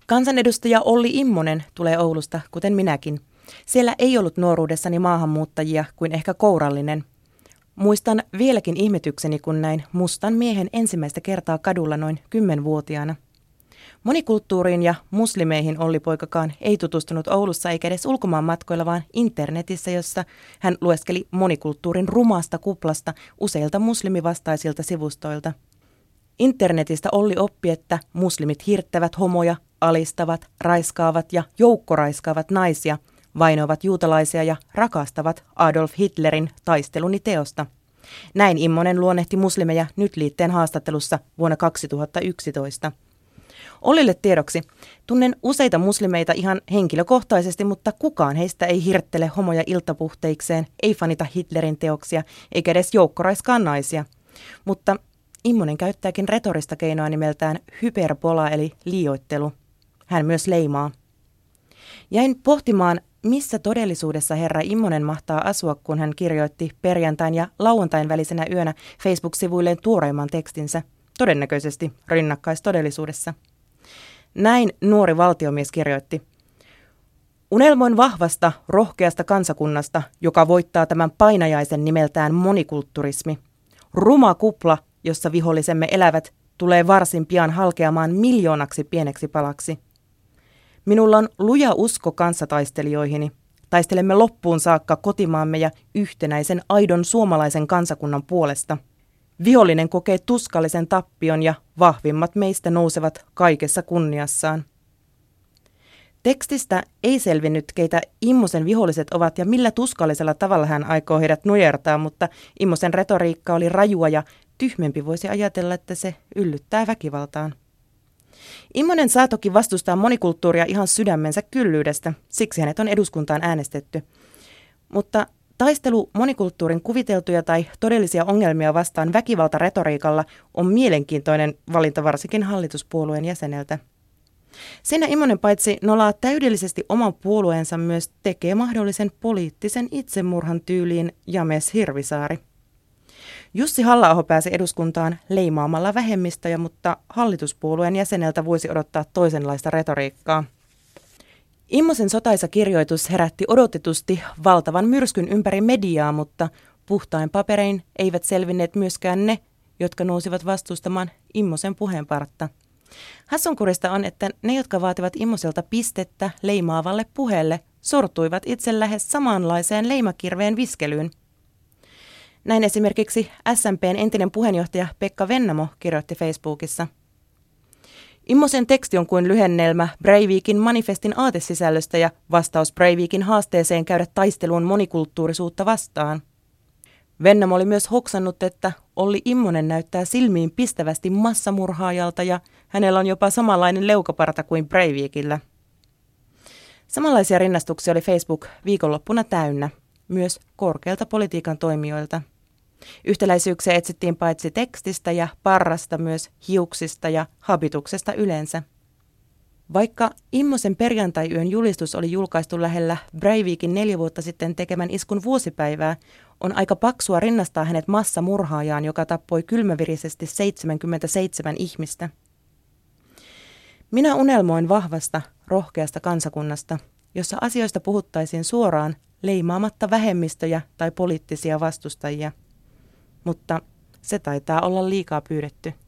Kansanedustaja Olli Immonen tulee Oulusta, kuten minäkin. Siellä ei ollut nuoruudessani maahanmuuttajia kuin ehkä kourallinen. Muistan vieläkin ihmetykseni, kun näin mustan miehen ensimmäistä kertaa kadulla noin 10-vuotiaana. Monikulttuuriin ja muslimeihin Olli poikakaan ei tutustunut Oulussa eikä edes ulkomaan matkoilla, vaan internetissä, jossa hän lueskeli monikulttuurin rumasta kuplasta useilta muslimivastaisilta sivustoilta. Internetistä Olli oppi, että muslimit hirttävät homoja, alistavat, raiskaavat ja joukkoraiskaavat naisia, vainoavat juutalaisia ja rakastavat Adolf Hitlerin taisteluni teosta. Näin Immonen luonnehti muslimeja Nyt-liitteen haastattelussa vuonna 2011. Ollille tiedoksi, tunnen useita muslimeita ihan henkilökohtaisesti, mutta kukaan heistä ei hirttele homoja iltapuhteikseen, ei fanita Hitlerin teoksia eikä edes joukkoraiskaa naisia. Mutta Immonen käyttääkin retorista keinoa nimeltään hyperbola eli liioittelu. Hän myös leimaa. Jäin pohtimaan, missä todellisuudessa herra Immonen mahtaa asua, kun hän kirjoitti perjantain ja lauantain välisenä yönä Facebook-sivuilleen tuoreimman tekstinsä, todennäköisesti rinnakkaistodellisuudessa. Näin nuori valtiomies kirjoitti. Unelmoin vahvasta, rohkeasta kansakunnasta, joka voittaa tämän painajaisen nimeltään monikulturismi. Ruma kupla, jossa vihollisemme elävät, tulee varsin pian halkeamaan miljoonaksi pieneksi palaksi. Minulla on luja usko kanssataistelijoihini. Taistelemme loppuun saakka kotimaamme ja yhtenäisen aidon suomalaisen kansakunnan puolesta. Vihollinen kokee tuskallisen tappion ja vahvimmat meistä nousevat kaikessa kunniassaan. Tekstistä ei selvinnyt, keitä Immosen viholliset ovat ja millä tuskallisella tavalla hän aikoo heidät nujertaa, mutta Immosen retoriikka oli rajua ja tyhmempi voisi ajatella, että se yllyttää väkivaltaan. Immonen saa toki vastustaa monikulttuuria ihan sydämensä kyllyydestä, siksi hänet on eduskuntaan äänestetty. Mutta taistelu monikulttuurin kuviteltuja tai todellisia ongelmia vastaan väkivaltaretoriikalla on mielenkiintoinen valinta varsinkin hallituspuolueen jäseneltä. Siinä Immonen paitsi nolaa täydellisesti oman puolueensa myös tekee mahdollisen poliittisen itsemurhan tyyliin James Hirvisaari. Jussi Halla-aho pääsi eduskuntaan leimaamalla vähemmistöjä, mutta hallituspuolueen jäseneltä voisi odottaa toisenlaista retoriikkaa. Immosen sotaisa kirjoitus herätti odotetusti valtavan myrskyn ympäri mediaa, mutta puhtain paperein eivät selvinneet myöskään ne, jotka nousivat vastustamaan Immosen puheenpartta. Hassunkurista on, että ne, jotka vaativat Immoselta pistettä leimaavalle puheelle, sortuivat itse lähes samanlaiseen leimakirveen viskelyyn. Näin esimerkiksi SMP:n entinen puheenjohtaja Pekka Vennamo kirjoitti Facebookissa. Immosen teksti on kuin lyhennelmä Breivikin manifestin aatesisällöstä ja vastaus Breivikin haasteeseen käydä taisteluun monikulttuurisuutta vastaan. Vennamo oli myös hoksannut, että Olli Immonen näyttää silmiin pistävästi massamurhaajalta ja hänellä on jopa samanlainen leukaparta kuin Breivikillä. Samanlaisia rinnastuksia oli Facebook viikonloppuna täynnä, myös korkealta politiikan toimijoilta. Yhtäläisyyksiä etsittiin paitsi tekstistä ja parrasta myös hiuksista ja habituksesta yleensä. Vaikka Immosen perjantai-yön julistus oli julkaistu lähellä Breivikin 4 vuotta sitten tekemän iskun vuosipäivää, on aika paksua rinnastaa hänet massamurhaajaan, joka tappoi kylmävirisesti 77 ihmistä. Minä unelmoin vahvasta, rohkeasta kansakunnasta, jossa asioista puhuttaisiin suoraan leimaamatta vähemmistöjä tai poliittisia vastustajia. Mutta se taitaa olla liikaa pyydetty.